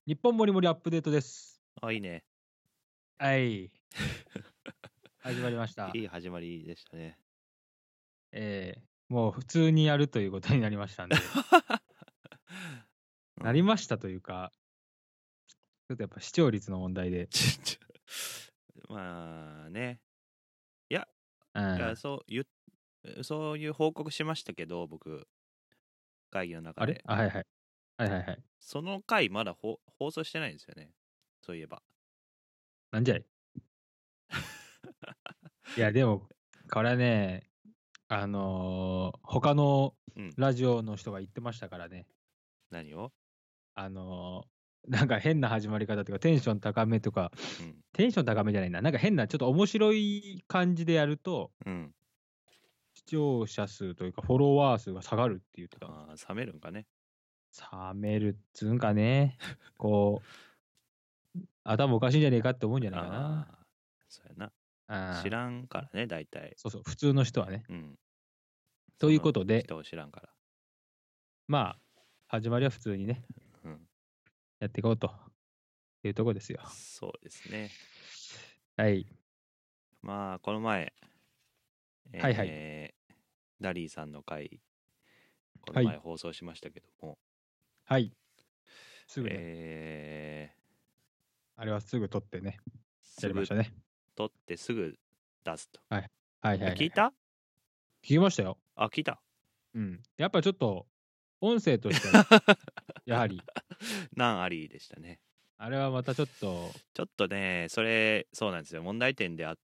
日本もりもりアップデートです。 あ、いいね。 はい。始まりました。 いい始まりでしたね。 もう普通にやるということになりましたんで、なりましたというか、ちょっとやっぱ視聴率の問題で、 まあね。いや、 うんそういう報告しましたけど、僕、会議の中で。 はいはい。はいはいはい。 その回まだ放送してないんですよね。そういえば。 なんじゃい。いや、でも、これね、他のうん。 ラジオの人が言ってましたからね、 何を？ なんか変な始まり方というか、テンション高めとか、 うん。 テンション高めじゃないな、なんか変な、ちょっと面白い感じでやると、 うん。 視聴者数というか、フォロワー数が下がるって言ってたんですよ。 ああ、冷めるんかね。 冷めるっつうんかね、こう、頭おかしいんじゃねえかって思うんじゃないかな。 ああ、そうやな。知あらんからね、大体。 そうそう、普通の人はね。 うん。 というそのことで、 人を知らんから。 まあ、始まりは普通にね、 うん。 やっていこうというとこですよ。 そうですね。 はい。 まあ、この前、 はいはい。 ダリーさんの回、このはい。 前放送しましたけども、 はい。すぐね、 えあれはすぐ撮ってね、やすぐりましたね。 撮ってすぐ出すと。 はい。はいはいはいはい。 聞いた？ 聞きましたよ。 あ、聞いた。 うん。やっぱちょっと、音声としては、やはり、 なんありでしたね。 あれはまたちょっと、 ちょっとね、そうなんですよ。問題点であって、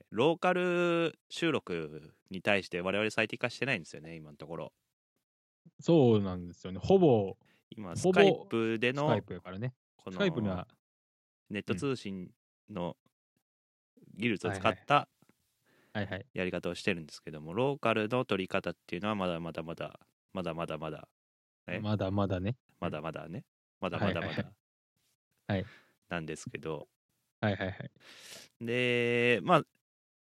ローカル収録に対して我々最適化してないんですよね、今のところ。 そうなんですよね。ほぼ、 今、スカイほぼ、 プでスカイの、 プやからね。 こスカイプにのは、 ネットうん。 通信の技術をはいはい。 使ったはいはい。 やり方をしてるんですけども、ローカルの取り方っていうのはまだまだまだ、まだまだまだ、えまだまだね。 まだまだね、まだはいはいはい。 まだまだはいなんですけど、 はいはいはい。 で、まあ、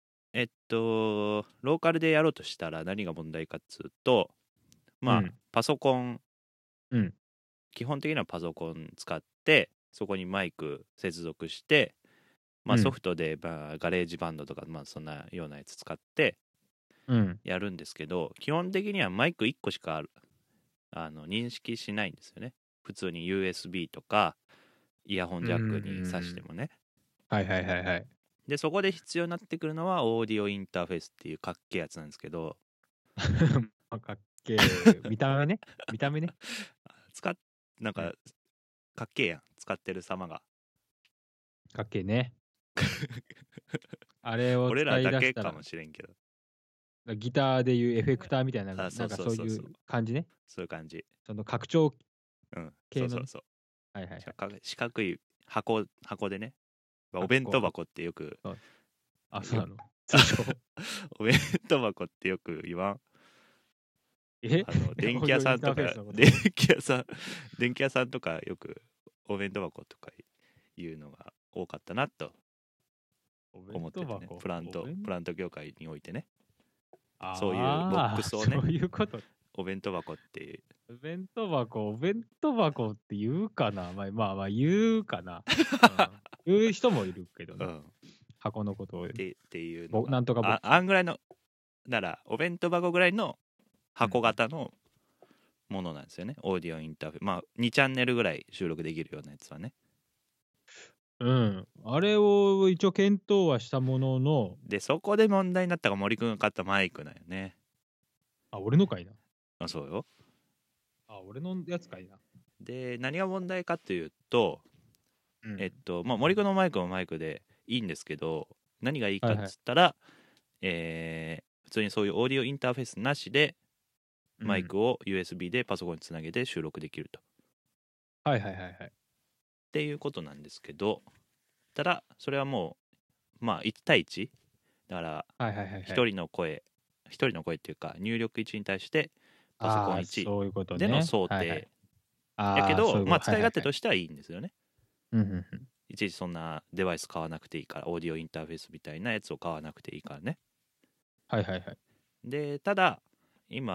ローカルでやろうとしたら何が問題かっつうと、まあ、 うん。 パソコン、 うん。 基本的にはパソコン使って、そこにマイク接続して、まあ、ソうん。 フトで、まあ、ガレージバンドとか、まあ、そんなようなやつ使ってうん。 やるんですけど、基本的にはマイク1個しか認識しないんですよね。普通に USB とかイヤホンうジャックに挿してん。 もね。 はいはいはいはい。 で、そこで必要になってくるのはオーディオインターフェースっていうかっけえやつなんですけど、 かっけえ。見た目ね。見た目ね。 使っ、なんか、 うん。 かっけえやん、使ってる様が。 かっけえね。あれを俺使いらだけか出したら、 もしれんけど。 ギターでいうエフェクターみたいな、 あ、そうなんかそういうそうそうそう。 感じね。 そういう感じ。 その拡張うん、そ系のね。 うそうそう。 はいはいはい。 四角い箱でね。お弁箱、箱。 当箱ってよく、 そうあ、そうよなの。通称。 お弁当箱ってよく言わん？ え電気屋オーディオインさんとか、 ターフェースのこと。 電気屋さんとかよくお弁当箱とかいうのが多かったなとお弁思っててね。 当箱。 プラント業界においてね。そういうボックああ、 スをね、 そういうこと。 お弁当箱っていう、 お弁当箱って言うかな、まあ言うかな。うん、言う人もいるけどね。 うん、 箱のことを。 っていうのが、 なんとかボックス。 あんぐらいの、なら、お弁当箱ぐらいの箱型のものなんですよね。オーディオインターフェース。まあ、2チャンネルぐらい収録できるようなやつはね。 うん。あれを一応検討はしたものの、 で、そこで問題になったのが森くんが買ったマイクなんよね。 あ、俺のかいな。 あ、そうよ。 俺のやつかいな。 で、何が問題かというと、 うん。 まあ、森くんのマイクもマイクでいいんですけど、何がいいかっはいはい。 つったら、普通にそういうオーディオインターフェースなしで、 うん。 マイクを USB でパソコンにつなげて収録できると。 はいはいはいはい。 っていうことなんですけど、ただ、それはもう、まあ、1対1。だから、 はいはいはいはい。 一人の声っていうか、入力1に対して、パソコンああ、 1 そういうことでのね。 想定。 はいはい。ああ、そうやけど、まあ、 いうこと。は使い勝手いはいはい。 としてはいいんですよね。 うんうんうん。 いちいちそんなデバイス買わなくていいから、オーディオインターフェースみたいなやつを買わなくていいからね。 はいはいはい。 で、ただ、今、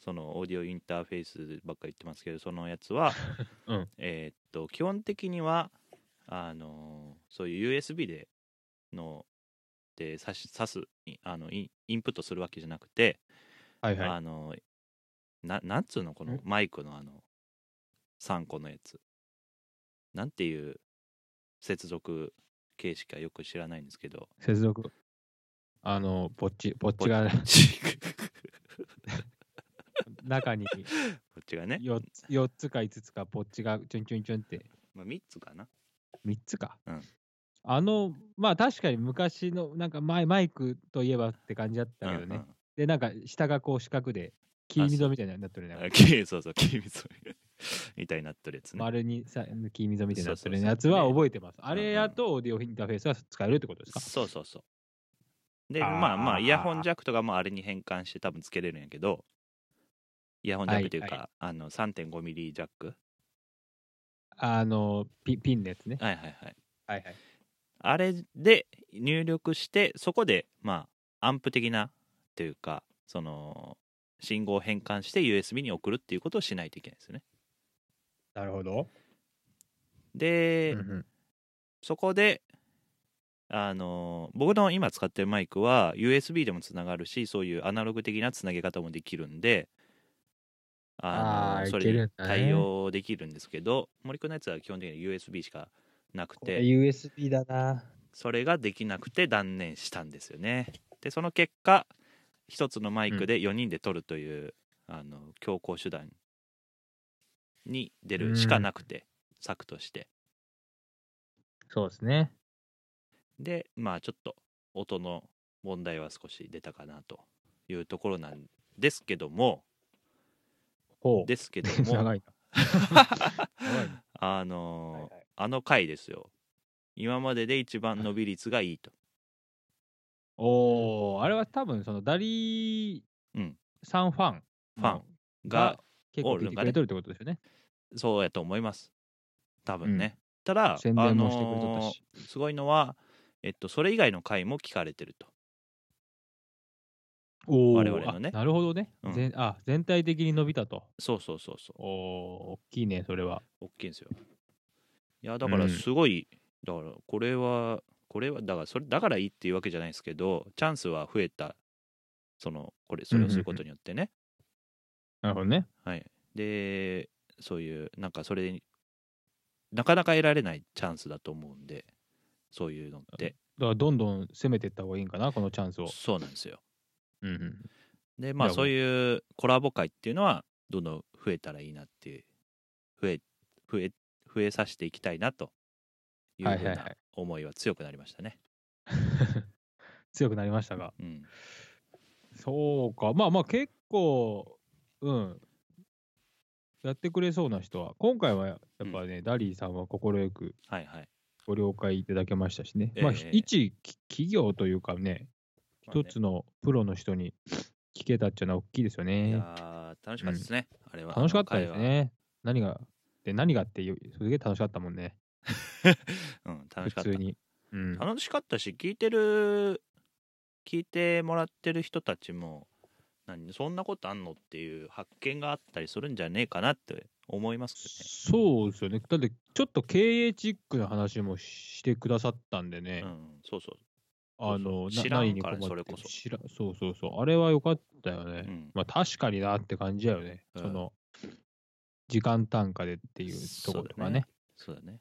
そのオーディオインターフェースばっかり言ってますけど、そのやつはうん基本的にはそういう USB で挿すインプットするわけじゃなくて、 はいはい。 なんつうのこのマイクの3個のやつ、なんていう接続形式かよく知らないんですけど、 接続。ぼっちが中にこっちがね、 4つか5つかぼっちがチュンチュンチュンって。 まあ、3つかな。 3つか。 うん。 まあ確かに昔のなんかマイクといえばって感じだったけどね。 うんうん、 で、なんか下がこう四角で、黄溝みたいになってるね。 そうそう、黄溝みたいになってるやつね。 丸に黄溝みたいになってるそうそうそうやつは覚えてます。あうんうんれやとオーディオインターフェースは使えるってことですか？ そうそうそう。で、 あーまあイヤホンジャックとかもあれに変換して多分つけれるんやけど、イヤホンジャックというか、3.5 ミリジャック。 ピンのやつね。 はいはいはい。 はいはい。 あれで入力して、そこでまあアンプ的なっていうか、その信号を変換して USB に送るっていうことをしないといけないですよね。 なるほど。 で、そこで僕の今使ってるマイクは USB でもつながるし、そういうアナログ的なつなげ方もできるんで、それに対応できるんですけど、森くんのやつは基本的に USB しかなくて、 USB だな。 それができなくて断念したんですよね。でその結果、一つのマイクで4人で撮るという、強行手段に出るしかなくて、策として。 そうですね。 でまあちょっと音の問題は少し出たかなというところなんですけども、 長いな。 あの回ですよ、今までで一番伸び率がいいと。 あれは多分そのダリーさんファンが結構聞いてくれてるってことですよね。 そうやと思います、多分ね。ただ宣伝もしてくれとったし、 すごいのはそれ以外の回も聞かれてると。我々のね。 なるほどね。全体的に伸びたと。 そう。 大きいね、それは。 大きいんですよ。いやだからすごい、だからこれはだからいいっていうわけじゃないですけど、チャンスは増えた。それをすることによってね。 なるほどね。 はい。でそういうなんかそれなかなか得られないチャンスだと思うんで、そういうのって。 だからどんどん攻めていった方がいいんかな、このチャンスを。 そうなんですよ。でまあそういうコラボ会っていうのはどんどん増えたらいいなっていう、増えさせていきたいなというふうな思いは強くなりましたね。 強くなりましたが。そうか。まあ結構、やってくれそうな人は、今回はやっぱね、ダリーさんは快くご了解いただけましたしね。まあ、一企業というかね、一つのプロの人に聞けたっていうのは大きいですよね。 いや楽しかったですね、あれは。 楽しかったですね。何がっていう、すげえ楽しかったもんね。 楽しかった。 普通に。 楽しかったし、聞いてもらってる人たちも、そんなことあんのっていう発見があったりするんじゃねえかなって思いますけどね。 そうですよね。だってちょっと経営チックな話もしてくださったんでね。 そう。 知らんからそれこそ。そう。あれは良かったよね。まあ確かになって感じだよね。その時間単価でっていうところとかね。 そうだね。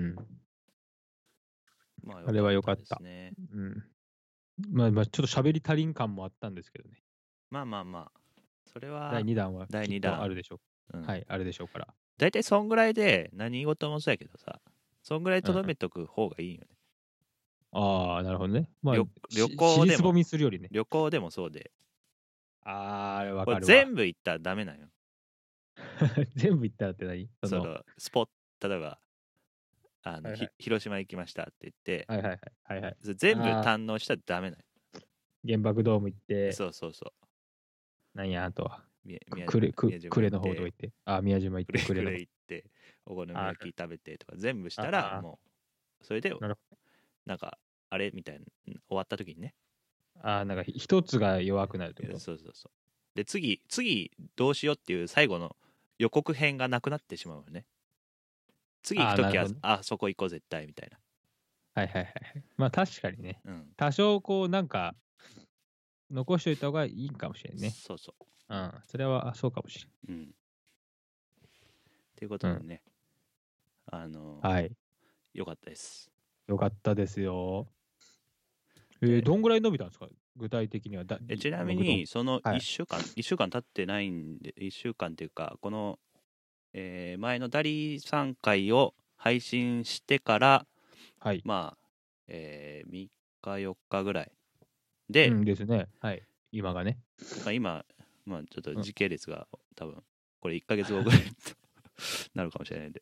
あれは良かった。まあちょっと喋り足りん感もあったんですけどね。 まあそれは第2弾はきっとあるでしょう。はい、あるでしょうから。 大体そんぐらいで何事もそうやけどさ、そんぐらいとどめとく方がいいよね。 ああ、なるほどね。まあ、 旅行でもするよりね。 旅行でもそうで。 ああ、わかるわ。 全部行ったらダメなんよ。 全部行ったらって何？ スポット、例えば広島行きましたって言って、全部堪能したらダメなんよ。 原爆ドーム行って、 そう。 なんやあとは。呉の方とか行って。宮島行って、 呉行って、お好み焼き食べてとか全部したら、もう、それで、なんか、あれみたいな、終わった時にね。 なんか一つが弱くなるってこと？ そう。 で次どうしようっていう最後の予告編がなくなってしまうよね。次行くときはそこ行こう絶対みたいな。 はいはいはい。まあ確かにね、 うん、 多少こうなんか残しておいた方がいいかもしれんね。 そうそう。うん、それはそうかもしう。うん。ということでね、 はい。 よかったです。 よかったですよ。どんぐらい伸びたんですか具体的には。 ちなみにそのはい、 1週間経ってないんで、1週間っていうかこの、前のダリ3回を配信してから、 はい、 まあ、3日4日ぐらいで、 ですね。はい。今がね。 今、まあ、ちょっと時系列が多分これ1ヶ月後ぐらいとなるかもしれないんで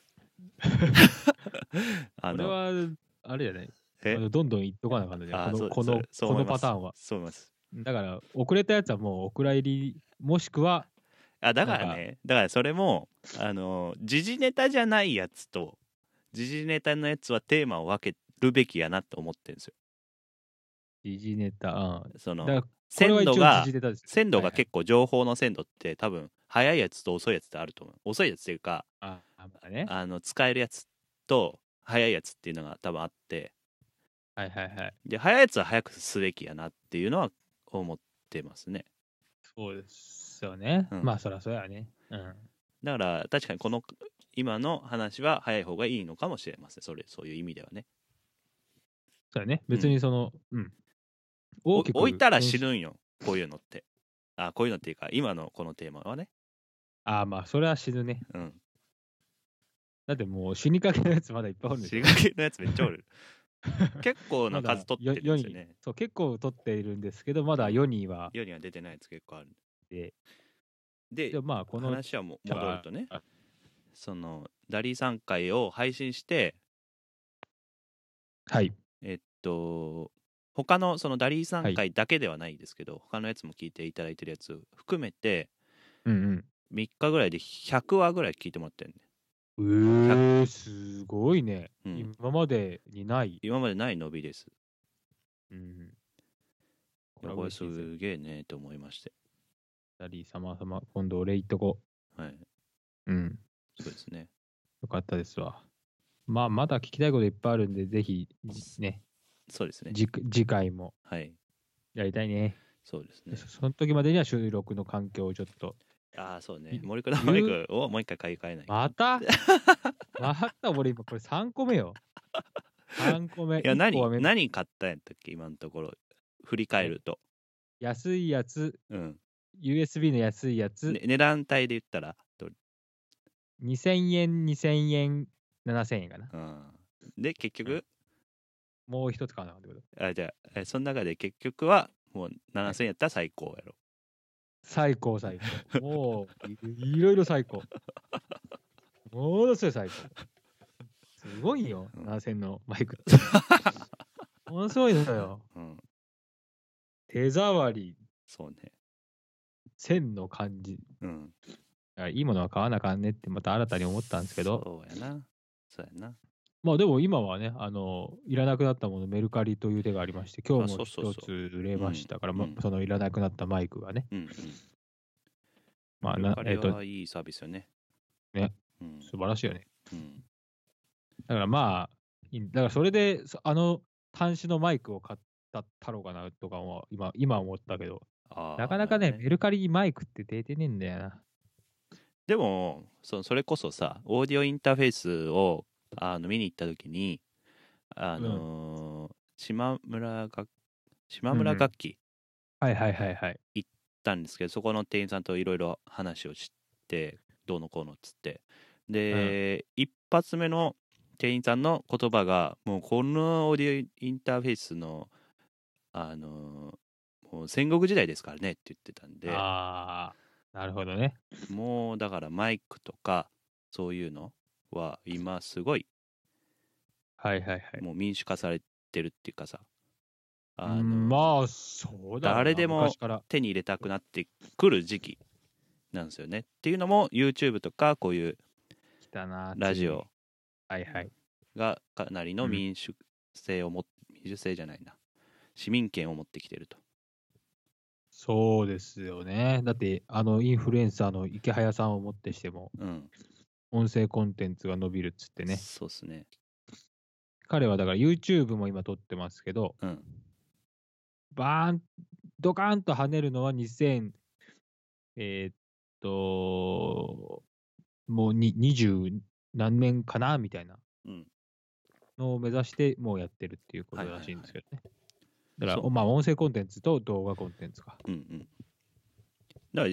これはあれじゃない。どんどんいっとかなあかんのじゃないこのパターンは。 そう思います。 だから遅れたやつはもうお蔵入りもしくはだからそれも時事ネタじゃないやつと時事ネタのやつはテーマを分けるべきやなって思ってるんですよ。 時事ネタ、 その鮮度が結構情報の鮮度って多分早いやつと遅いやつってあると思う。遅いやつっていうか使えるやつと早いやつっていうのが多分あって、 はいはいはい。 で早いやつは早くすべきやなっていうのは思ってますね。 そうですよね。まあそりゃそうやね。 だから確かにこの今の話は早い方がいいのかもしれません。そういう意味ではね。 そうやね。別に大きく置いたら死ぬんよ、こういうのって。こういうのっていうか今のこのテーマはね。 まあそれは死ぬね。 うん。 だってもう死にかけのやつまだいっぱいおるんでしょ。 死にかけのやつめっちゃおる。結構な数取ってるんですよね。 そう結構取っているんですけど、まだ世には出てないやつ結構ある。 で、まあこの話は戻るとね、そのダリー3回を配信して、 はい。 他のそのダリー3回だけではないですけど、他のやつも聞いていただいてるやつ含めて、3日ぐらいで100話ぐらい聞いてもらってるね。すごいね。今までない伸びです。これすげえねと思いまして。 ダリー様、今度俺行っとこう。はい。そうですね。 よかったですわ。まあまだ聞きたいこといっぱいあるんで、ぜひね。 そうですね。 次回もやりたいね。 そうですね。 その時までには収録の環境をちょっと。 そうね。森倉マイクをもう一回買い替えない。 また俺今これ3個目よ。3個目。 いや、何買ったんやったっけ今のところ。振り返ると。 安いやつ。USB の安いやつ。 値段帯で言ったら 2000円、2000円、7000円かな。 で、結局もう一つ買わなかったこと。 じゃあ、その中で結局はもう7000円やったら最高やろ。 最高。もういろいろ最高。ものすごい最高。すごいよ、7000のマイクって。ものすごいのよ。手触り。 そうね。 線の感じ。いいものは買わなあかんねってまた新たに思ったんですけど。 そうやな。 まあでも今はね、いらなくなったものメルカリという手がありまして、今日も一つ売れましたから、そのいらなくなったマイクがね。 メルカリはいいサービスよね。 ね。素晴らしいよね。だからまあ、だからそれで、端子のマイクを買ったろうかなとかも今思ったけど、なかなかね、メルカリにマイクって出てねえんだよな。 でも、それこそさ、オーディオインターフェースを見に行った時に、島村楽器行ったんですけど、そこの店員さんといろいろ話をしてどうのこうのっつって、で、一発目の店員さんの言葉がもうこのオーディオインターフェースのもう戦国時代ですからねって言ってたんで、 なるほどね。 もうだからマイクとかそういうのは今すごいもう民主化されてるっていうかさ、 まあそうだ、 誰でも手に入れたくなってくる時期なんですよね。っていうのも YouTube とかこういうラジオがかなりの民主性じゃないな、市民権を持ってきてると。 そうですよね。だって、インフルエンサーの池早さんをもってしても、音声コンテンツが伸びるっつってね。 そうですね。 彼はだから YouTube も今撮ってますけど、ドカーンと跳ねるのは2000、もう20何年かなみたいなのを目指してもうやってるっていうことらしいんですけどね。だから、まあ音声コンテンツと動画コンテンツか。 だから、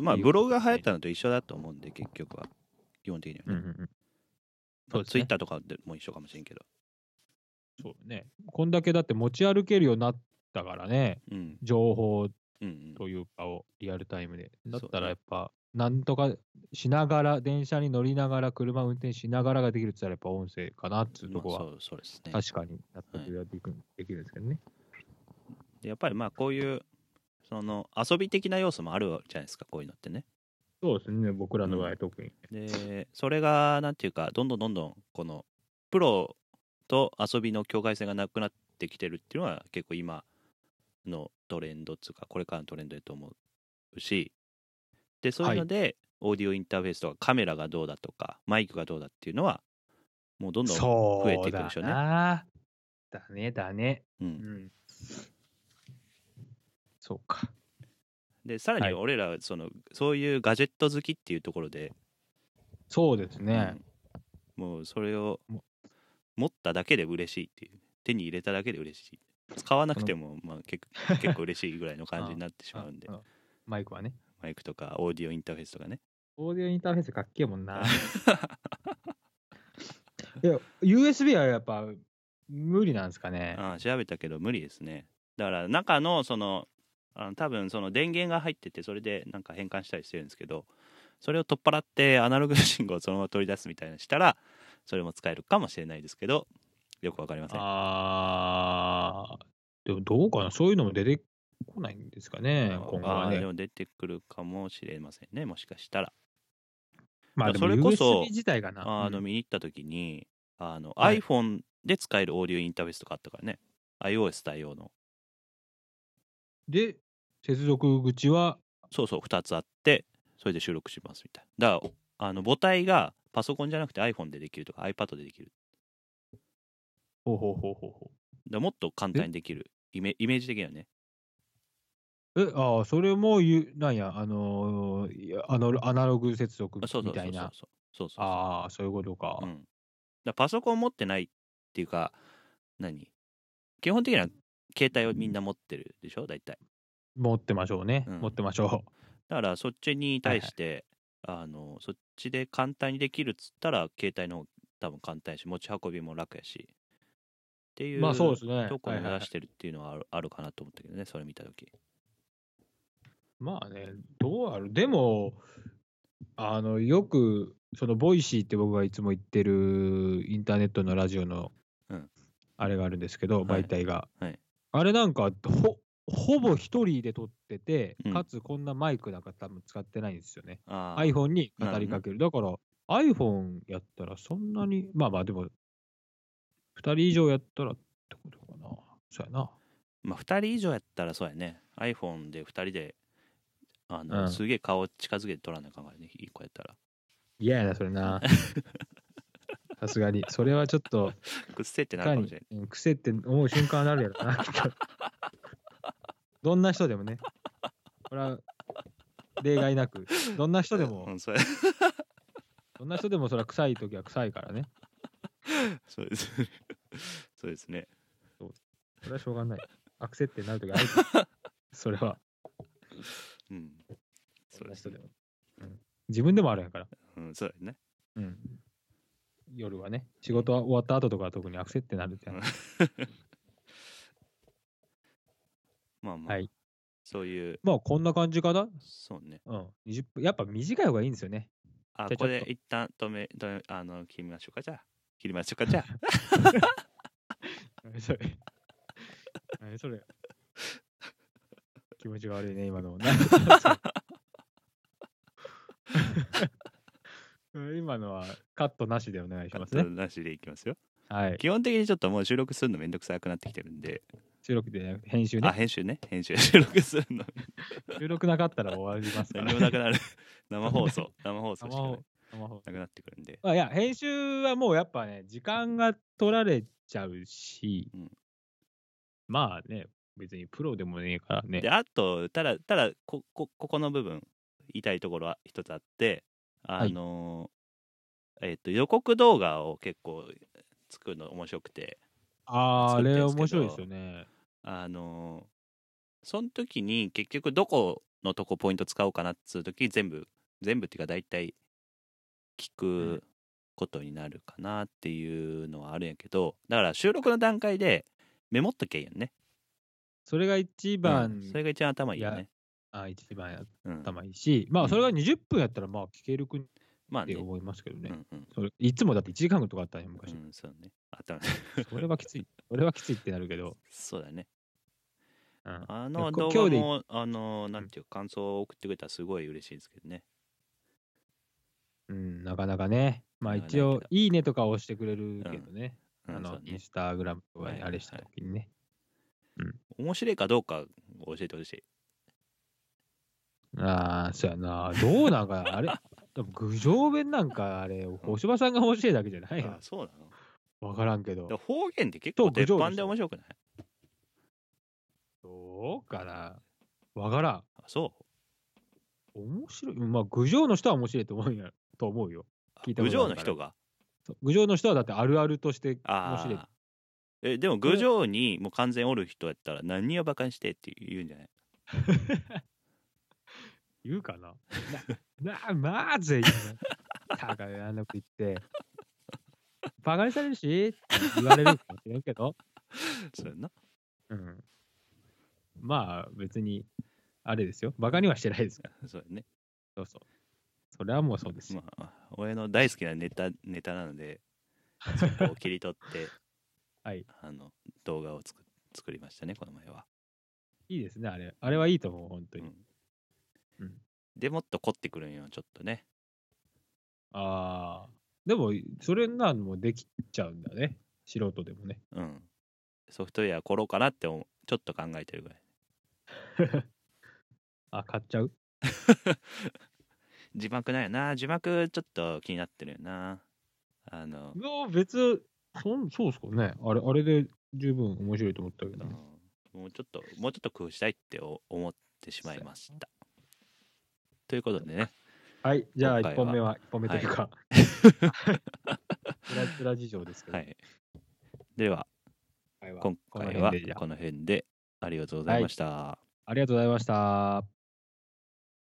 まあブログが流行ったのと一緒だと思うんで、結局は。基本的にはね。そうですね。ツイッターとかでも一緒かもしれんけど。 そうね。こんだけだって持ち歩けるようになったからね。情報というかをリアルタイムで。だったらやっぱ、なんとかしながら、電車に乗りながら、車運転しながらができるって言ったらやっぱ音声かなっていうところは、確かに納得ができるんですけどね。 やっぱりまあこういうその遊び的な要素もあるじゃないですか、こういうのってね。 そうですね、僕らの場合特に。 でそれがなんていうか、どんどんこのプロと遊びの境界線がなくなってきてるっていうのは結構今のトレンドっていうか、これからのトレンドだと思うし、でそういうので、オーディオインターフェースとかカメラがどうだとかマイクがどうだっていうのはもうどんどん増えていくでしょうね。 だね。そうか。 でさらに俺らそういうガジェット好きっていうところで、 そうですね、 もうそれを持っただけで嬉しいっていう、手に入れただけで嬉しい、使わなくてもまあ結構嬉しいぐらいの感じになってしまうんでマイクはね、 マイクとかオーディオインターフェースとかね。 オーディオインターフェースかっけえもんな。いや USB はやっぱ無理なんですかね。 調べたけど無理ですね。だから中の多分その電源が入ってて、それでなんか変換したりしてるんですけど、それを取っ払ってアナログ信号をそのまま取り出すみたいなしたらそれも使えるかもしれないですけど、よくわかりません。 でもどうかな、そういうのも出てこないんですかね、今後はね。 でも出てくるかもしれませんね、もしかしたら。 まあでも USB 自体がな、 見に行った時にiPhone で使えるオーディオインターフェースとかあったからね、iOS 対応の。 で、接続口はそう2つあって、それで収録しますみたいな。だから母体がパソコンじゃなくて iPhone でできるとか iPad でできる。だもっと簡単にできるイメージ的にはね。 それもなんや、アナログ接続みたいな。そういうことか。 だパソコン持ってないっていうか、基本的には携帯をみんな持ってるでしょ、大体。 持ってましょうね、持ってましょう。 だからそっちに対して、そっちで簡単にできるっつったら携帯の方が多分簡単やし、持ち運びも楽やしっていう、 そうですね、 とこを目指してるっていうのはあるかなと思ったけどね、それ見たとき。 まあね、どうある、でもよくそのボイシーって僕がいつも言ってるインターネットのラジオのあれがあるんですけど、媒体が、あれなんかほぼ一人で撮ってて、かつこんなマイクなんか多分使ってないんですよね。iPhone に語りかける。だから iPhone やったらそんなに、まあでも、2人以上やったらってことかな。そうやな。 まあ2人以上やったらそうやね。iPhone で2人で、すげえ顔近づけて撮らなあかんからね、1個やったら。 嫌やな、それな。さすがに。それはちょっと、 くっせってなるかもしれない。くせって思う瞬間あるやろな。どんな人でもね。これは例外なく、どんな人でも、どんな人でもそれは臭い時は臭いからね。 そうです。そうですね。 それはしょうがない。アクセってなる時ある。それは。そんな人でも。自分でもあるんやから。 そうだよね。 夜はね、仕事は終わった後とかは特にアクセってなるじゃん。 まあまあ、そういう。 まあこんな感じかな。 そうね。 20分、やっぱ短い方がいいんですよね。 これ一旦切りましょうか、じゃあ。切りましょうか、じゃあ。 何それ。何それ。気持ちが悪いね、今の。今のはカットなしでお願いしますね。 カットなしでいきますよ。 はい。 基本的にちょっともう収録するのめんどくさくなってきてるんで、 収録で編集ね。 編集ね。収録するの。 収録なかったら終わりますから。 何もなくなる。生放送しかなくなってくるんで。 いや、編集はもうやっぱね、時間が取られちゃうし、まあね、別にプロでもねえからね。 で、あと、ただここの部分、言いたいところは一つあって、予告動画を結構作るの面白くて。 あれ面白いですよね。 その時に結局どこのとこポイント使おうかなっつう時全部っていうか大体聞くことになるかなっていうのはあるんやけど、だから収録の段階でメモっときゃいいよね。 それが一番、 それが一番頭いいよね。 一番頭いいし、まあそれが20分やったらまあ聞けるくって思いますけどね。それいつもだって1時間とかあったね、昔。 そうね。あったね。 それはきつい。それはきついってなるけど。 そうだね。動画もなんていうか感想を送ってくれたらすごい嬉しいですけどね。 なかなかね。まあ一応、いいねとか押してくれるけどね。インスタグラムとかにあれした時にね。 面白いかどうか教えてほしい。 そうやな。どうなんか、あれ、郡上弁なんかあれ、星葉さんが面白いだけじゃないの。 そうなのわからんけど。 方言って結構鉄板で面白くない？ どうかな。わからん。 そう面白い。まあ、郡上の人は面白いと思うよ。 郡上の人が。 郡上の人はだってあるあるとして面白い。 でも郡上にもう完全おる人やったら何をバカにしてって言うんじゃない？ 言うかな。まずい。たかあの子言って。バカにされるしって言われるかもしれんけど。 そうやな。 まあ別に、あれですよ。バカにはしてないですから。 そうやね。 そう。それはもうそうですよ。 まあ、俺の大好きなネタなので、そこを切り取って、動画を作りましたね、この前は。 いいですね、あれ。あれはいいと思う、本当に。 でもっと凝ってくるんよ、ちょっとね。 でも、それなんもできちゃうんだね。素人でもね。 ソフトウェア凝ろうかなってちょっと考えてるぐらい。 買っちゃう字幕なんやな。字幕ちょっと気になってるよな。 別、そうっすかね。あれで十分面白いと思ったけどね。 もうちょっと工夫したいって思ってしまいました。ということでね。 はい、じゃあ1本目というか、裏事情ですけど。 では、今回はこの辺でありがとうございました。 ありがとうございました。